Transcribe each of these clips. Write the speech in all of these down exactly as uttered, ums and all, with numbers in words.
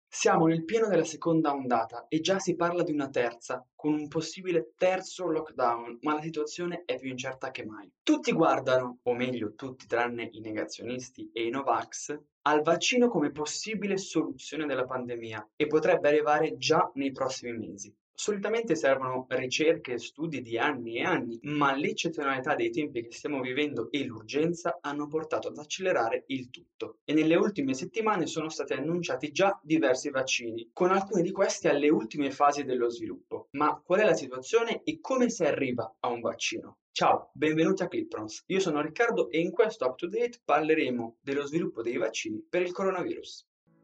Siamo nel pieno della seconda ondata e già si parla di una terza, con un possibile terzo lockdown, ma la situazione è più incerta che mai. Tutti guardano, o meglio tutti tranne i negazionisti e i Novax, al vaccino come possibile soluzione della pandemia e potrebbe arrivare già nei prossimi mesi. Solitamente servono ricerche e studi di anni e anni, ma l'eccezionalità dei tempi che stiamo vivendo e l'urgenza hanno portato ad accelerare il tutto. E nelle ultime settimane sono stati annunciati già diversi vaccini, con alcuni di questi alle ultime fasi dello sviluppo. Ma qual è la situazione e come si arriva a un vaccino? Ciao, benvenuti a Cliprons. Io sono Riccardo e in questo Up to Date parleremo dello sviluppo dei vaccini per il coronavirus.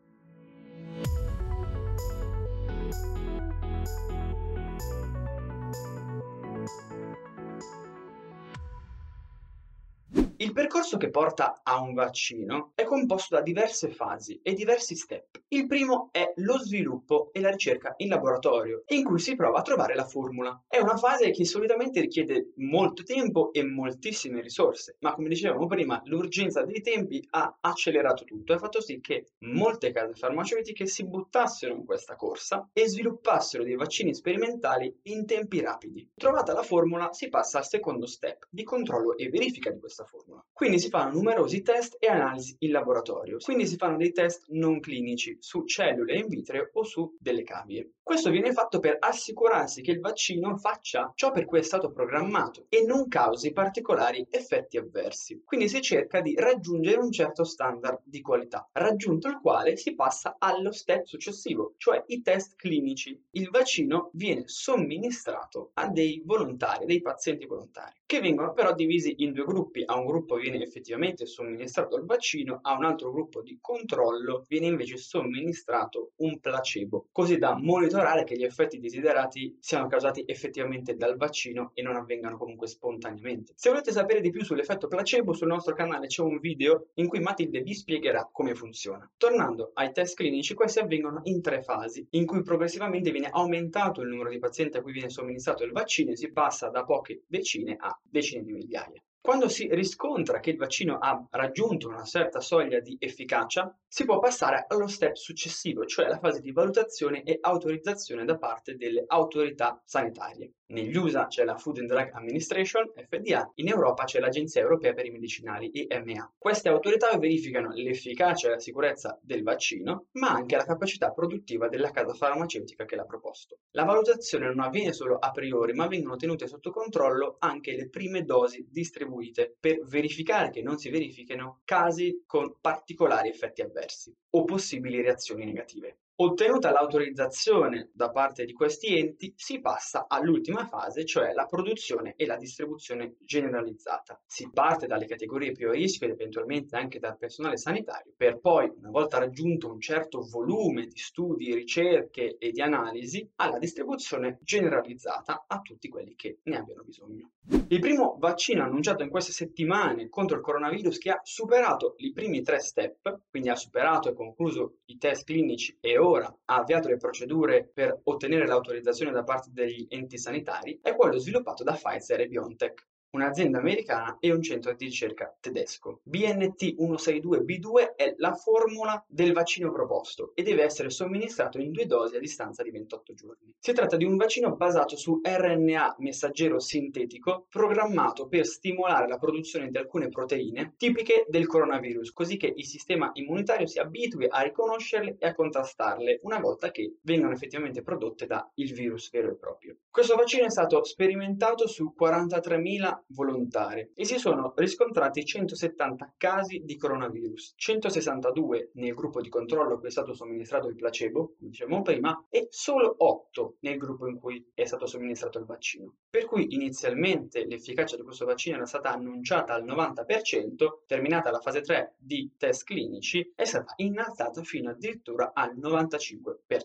Il percorso che porta a un vaccino è composto da diverse fasi e diversi step. Il primo è lo sviluppo e la ricerca in laboratorio, in cui si prova a trovare la formula. È una fase che solitamente richiede molto tempo e moltissime risorse, ma come dicevamo prima, l'urgenza dei tempi ha accelerato tutto e ha fatto sì che molte case farmaceutiche si buttassero in questa corsa e sviluppassero dei vaccini sperimentali in tempi rapidi. Trovata la formula, si passa al secondo step di controllo e verifica di questa formula. Quindi si fanno numerosi test e analisi in laboratorio, quindi si fanno dei test non clinici su cellule in vitro o su delle cavie. Questo viene fatto per assicurarsi che il vaccino faccia ciò per cui è stato programmato e non causi particolari effetti avversi. Quindi si cerca di raggiungere un certo standard di qualità, raggiunto il quale si passa allo step successivo, cioè i test clinici. Il vaccino viene somministrato a dei volontari, dei pazienti volontari, che vengono però divisi in due gruppi. A un gruppo viene effettivamente somministrato il vaccino, a un altro gruppo di controllo viene invece somministrato un placebo, così da monitorare che gli effetti desiderati siano causati effettivamente dal vaccino e non avvengano comunque spontaneamente. Se volete sapere di più sull'effetto placebo, sul nostro canale c'è un video in cui Matilde vi spiegherà come funziona. Tornando ai test clinici, questi avvengono in tre fasi, in cui progressivamente viene aumentato il numero di pazienti a cui viene somministrato il vaccino e si passa da poche decine a decine di migliaia. Quando si riscontra che il vaccino ha raggiunto una certa soglia di efficacia, si può passare allo step successivo, cioè la fase di valutazione e autorizzazione da parte delle autorità sanitarie. Negli U S A c'è la Food and Drug Administration, F D A, in Europa c'è l'Agenzia Europea per i Medicinali, E M A. Queste autorità verificano l'efficacia e la sicurezza del vaccino, ma anche la capacità produttiva della casa farmaceutica che l'ha proposto. La valutazione non avviene solo a priori, ma vengono tenute sotto controllo anche le prime dosi distribuite per verificare che non si verifichino casi con particolari effetti avversi o possibili reazioni negative. Ottenuta l'autorizzazione da parte di questi enti, si passa all'ultima fase, cioè la produzione e la distribuzione generalizzata. Si parte dalle categorie più a rischio ed eventualmente anche dal personale sanitario, per poi, una volta raggiunto un certo volume di studi, ricerche e di analisi, alla distribuzione generalizzata a tutti quelli che ne abbiano bisogno. Il primo vaccino annunciato in queste settimane contro il coronavirus, che ha superato i primi tre step, quindi ha superato e concluso i test clinici e ora ha avviato le procedure per ottenere l'autorizzazione da parte degli enti sanitari, è quello sviluppato da Pfizer e BioNTech, un'azienda americana e un centro di ricerca tedesco. B N T centosessantadue B due è la formula del vaccino proposto e deve essere somministrato in due dosi a distanza di ventotto giorni. Si tratta di un vaccino basato su R N A messaggero sintetico programmato per stimolare la produzione di alcune proteine tipiche del coronavirus, così che il sistema immunitario si abitui a riconoscerle e a contrastarle una volta che vengano effettivamente prodotte dal virus vero e proprio. Questo vaccino è stato sperimentato su quarantatremila volontari e si sono riscontrati centosettanta casi di coronavirus, centosessantadue nel gruppo di controllo a cui è stato somministrato il placebo, come dicevamo prima, e solo otto nel gruppo in cui è stato somministrato il vaccino. Per cui inizialmente l'efficacia di questo vaccino era stata annunciata al novanta per cento, terminata la fase tre di test clinici, è stata innalzata fino addirittura al novantacinque per cento.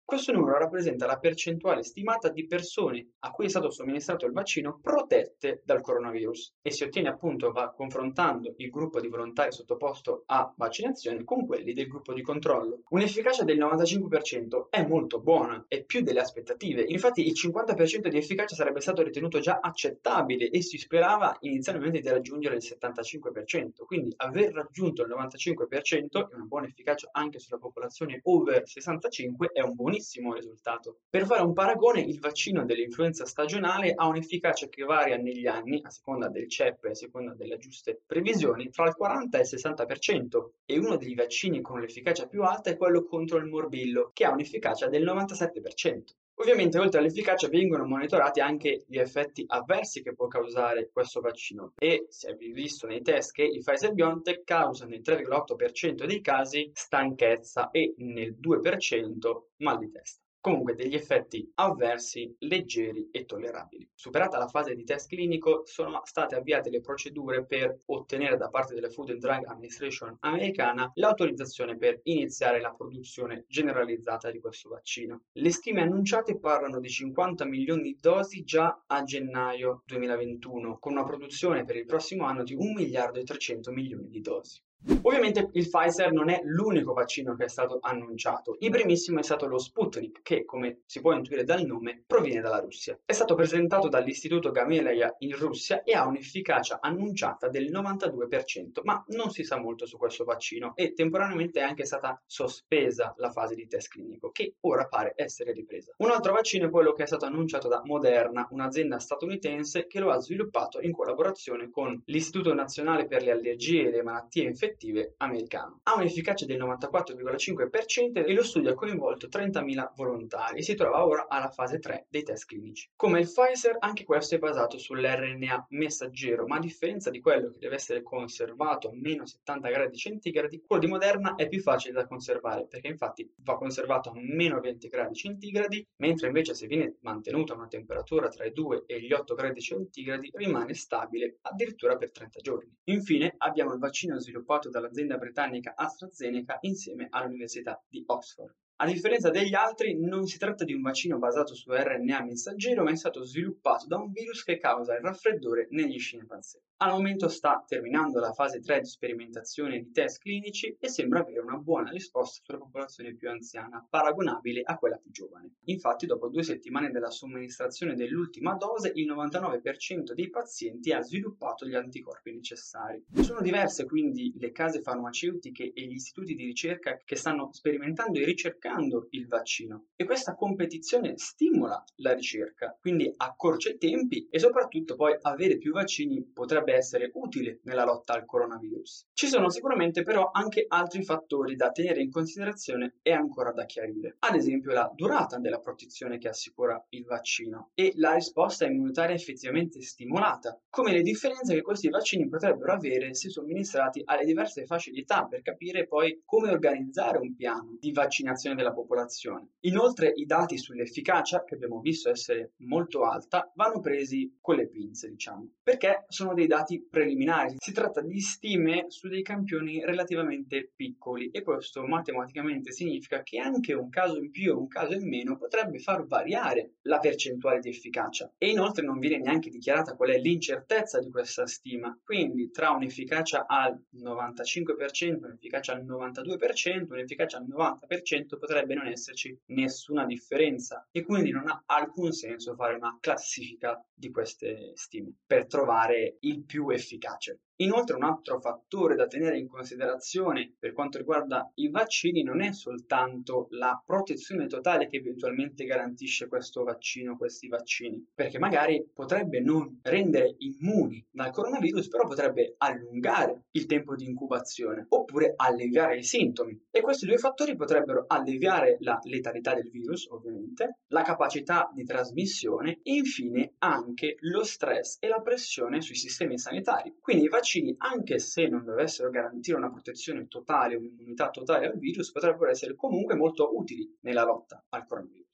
Questo numero rappresenta la percentuale stimata di persone a cui è stato somministrato il vaccino protette dal coronavirus e si ottiene appunto va confrontando il gruppo di volontari sottoposto a vaccinazione con quelli del gruppo di controllo. Un'efficacia del novantacinque per cento è molto buona, è più delle aspettative. Infatti il cinquanta per cento di efficacia sarebbe stato ritenuto già accettabile e si sperava inizialmente di raggiungere il settantacinque per cento, quindi aver raggiunto il novantacinque per cento e una buona efficacia anche sulla popolazione over sessantacinque è un buonissimo risultato. Per fare un paragone, il vaccino dell'influenza stagionale ha un'efficacia che varia negli anni, a seconda del ceppo e a seconda delle giuste previsioni, tra il quaranta e il sessanta per cento, e uno dei vaccini con l'efficacia più alta è quello contro il morbillo, che ha un'efficacia del novantasette per cento. Ovviamente oltre all'efficacia vengono monitorati anche gli effetti avversi che può causare questo vaccino e si è visto nei test che il Pfizer-BioNTech causa nel tre virgola otto per cento dei casi stanchezza e nel due per cento mal di testa. Comunque degli effetti avversi leggeri e tollerabili. Superata la fase di test clinico, sono state avviate le procedure per ottenere da parte della Food and Drug Administration americana l'autorizzazione per iniziare la produzione generalizzata di questo vaccino. Le stime annunciate parlano di cinquanta milioni di dosi già a gennaio duemilaventuno, con una produzione per il prossimo anno di un miliardo e trecento milioni di dosi. Ovviamente il Pfizer non è l'unico vaccino che è stato annunciato. Il primissimo è stato lo Sputnik, che, come si può intuire dal nome, proviene dalla Russia. È stato presentato dall'Istituto Gamaleya in Russia e ha un'efficacia annunciata del novantadue per cento, ma non si sa molto su questo vaccino e temporaneamente è anche stata sospesa la fase di test clinico, che ora pare essere ripresa. Un altro vaccino è quello che è stato annunciato da Moderna, un'azienda statunitense che lo ha sviluppato in collaborazione con l'Istituto Nazionale per le Allergie e le Malattie Infettive americano. Ha un'efficacia del novantaquattro virgola cinque per cento e lo studio ha coinvolto trentamila volontari e si trova ora alla fase tre dei test clinici. Come il Pfizer, anche questo è basato sull'erre enne a messaggero, ma a differenza di quello che deve essere conservato a meno settanta gradi centigradi, quello di Moderna è più facile da conservare, perché infatti va conservato a meno venti gradi centigradi, mentre invece se viene mantenuto a una temperatura tra i due e gli otto gradi centigradi rimane stabile addirittura per trenta giorni. Infine abbiamo il vaccino sviluppato dall'azienda britannica AstraZeneca insieme all'Università di Oxford. A differenza degli altri, non si tratta di un vaccino basato su erre enne a messaggero, ma è stato sviluppato da un virus che causa il raffreddore negli scimpanzé. Al momento sta terminando la fase tre di sperimentazione di test clinici e sembra avere una buona risposta sulla popolazione più anziana, paragonabile a quella più giovane. Infatti, dopo due settimane dalla somministrazione dell'ultima dose, il novantanove per cento dei pazienti ha sviluppato gli anticorpi necessari. Sono diverse quindi le case farmaceutiche e gli istituti di ricerca che stanno sperimentando e ricercando il vaccino e questa competizione stimola la ricerca, quindi accorcia i tempi e soprattutto poi avere più vaccini potrebbe essere utile nella lotta al coronavirus. Ci sono sicuramente però anche altri fattori da tenere in considerazione e ancora da chiarire, ad esempio la durata della protezione che assicura il vaccino e la risposta immunitaria effettivamente stimolata, come le differenze che questi vaccini potrebbero avere se somministrati alle diverse fasce di età, per capire poi come organizzare un piano di vaccinazione della popolazione. Inoltre i dati sull'efficacia, che abbiamo visto essere molto alta, vanno presi con le pinze, diciamo, perché sono dei dati preliminari. Si tratta di stime su dei campioni relativamente piccoli e questo matematicamente significa che anche un caso in più o un caso in meno potrebbe far variare la percentuale di efficacia e inoltre non viene neanche dichiarata qual è l'incertezza di questa stima, quindi tra un'efficacia al novantacinque per cento, un'efficacia al novantadue per cento, un'efficacia al novanta per cento potrebbe non esserci nessuna differenza e quindi non ha alcun senso fare una classifica di queste stime per trovare il più efficace. Inoltre un altro fattore da tenere in considerazione per quanto riguarda i vaccini non è soltanto la protezione totale che eventualmente garantisce questo vaccino, questi vaccini, perché magari potrebbe non rendere immuni dal coronavirus, però potrebbe allungare il tempo di incubazione oppure alleviare i sintomi e questi due fattori potrebbero alleviare la letalità del virus, ovviamente, la capacità di trasmissione e infine anche lo stress e la pressione sui sistemi sanitari. Quindi i vaccini anche se non dovessero garantire una protezione totale, un'immunità totale al virus, potrebbero essere comunque molto utili nella lotta al coronavirus.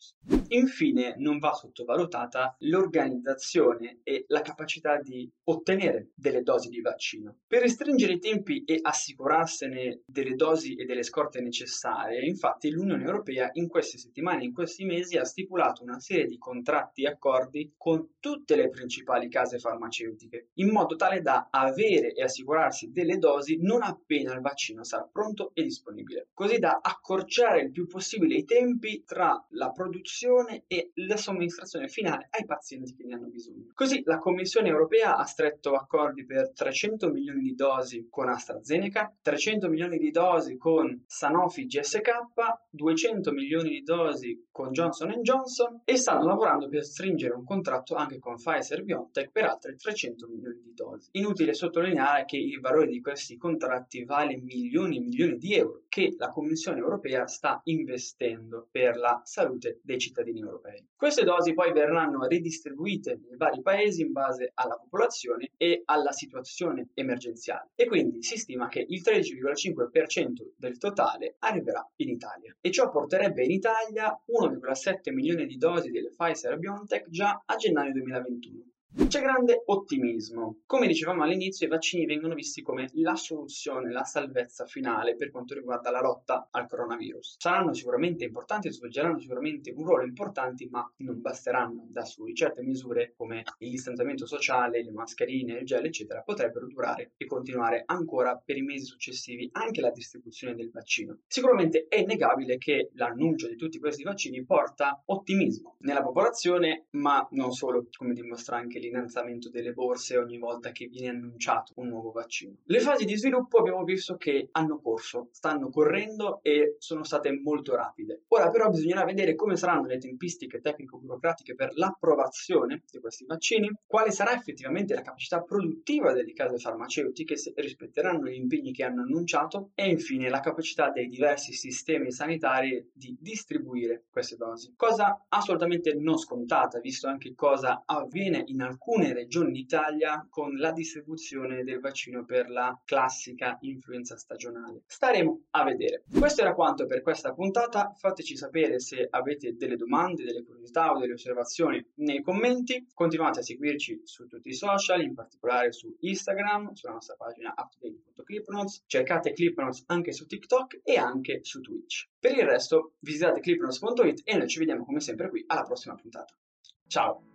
coronavirus. Infine, non va sottovalutata l'organizzazione e la capacità di ottenere delle dosi di vaccino. Per restringere i tempi e assicurarsene delle dosi e delle scorte necessarie, infatti l'Unione Europea in queste settimane e in questi mesi ha stipulato una serie di contratti e accordi con tutte le principali case farmaceutiche, in modo tale da avere e assicurarsi delle dosi non appena il vaccino sarà pronto e disponibile, così da accorciare il più possibile i tempi tra la produzione e la somministrazione finale ai pazienti che ne hanno bisogno. Così la Commissione Europea ha stretto accordi per trecento milioni di dosi con AstraZeneca, trecento milioni di dosi con Sanofi G S K, duecento milioni di dosi con Johnson and Johnson e stanno lavorando per stringere un contratto anche con Pfizer BioNTech per altri trecento milioni di dosi. Inutile sottolineare che il valore di questi contratti vale milioni e milioni di euro che la Commissione Europea sta investendo per la salute dei cittadini europei. Queste dosi poi verranno ridistribuite nei vari paesi in base alla popolazione e alla situazione emergenziale e quindi si stima che il tredici virgola cinque per cento del totale arriverà in Italia e ciò porterebbe in Italia uno virgola sette milioni di dosi delle Pfizer BioNTech già a gennaio duemilaventuno. C'è grande ottimismo. Come dicevamo all'inizio, i vaccini vengono visti come la soluzione, la salvezza finale per quanto riguarda la lotta al coronavirus. Saranno sicuramente importanti, svolgeranno sicuramente un ruolo importante, ma non basteranno da soli. Certe misure come il distanziamento sociale, le mascherine, il gel, eccetera, potrebbero durare e continuare ancora per i mesi successivi anche la distribuzione del vaccino. Sicuramente è innegabile che l'annuncio di tutti questi vaccini porta ottimismo nella popolazione, ma non solo, come dimostra anche l'innalzamento delle borse ogni volta che viene annunciato un nuovo vaccino. Le fasi di sviluppo abbiamo visto che hanno corso, stanno correndo e sono state molto rapide. Ora però bisognerà vedere come saranno le tempistiche tecnico-burocratiche per l'approvazione di questi vaccini, quale sarà effettivamente la capacità produttiva delle case farmaceutiche se rispetteranno gli impegni che hanno annunciato e infine la capacità dei diversi sistemi sanitari di distribuire queste dosi. Cosa assolutamente non scontata, visto anche cosa avviene in alcune regioni d'Italia con la distribuzione del vaccino per la classica influenza stagionale. Staremo a vedere. Questo era quanto per questa puntata. Fateci sapere se avete delle domande, delle curiosità o delle osservazioni nei commenti. Continuate a seguirci su tutti i social, in particolare su Instagram, sulla nostra pagina uptodate punto clipnotes. Cercate Clipnotes anche su TikTok e anche su Twitch. Per il resto visitate clipnotes punto it e noi ci vediamo come sempre qui alla prossima puntata. Ciao!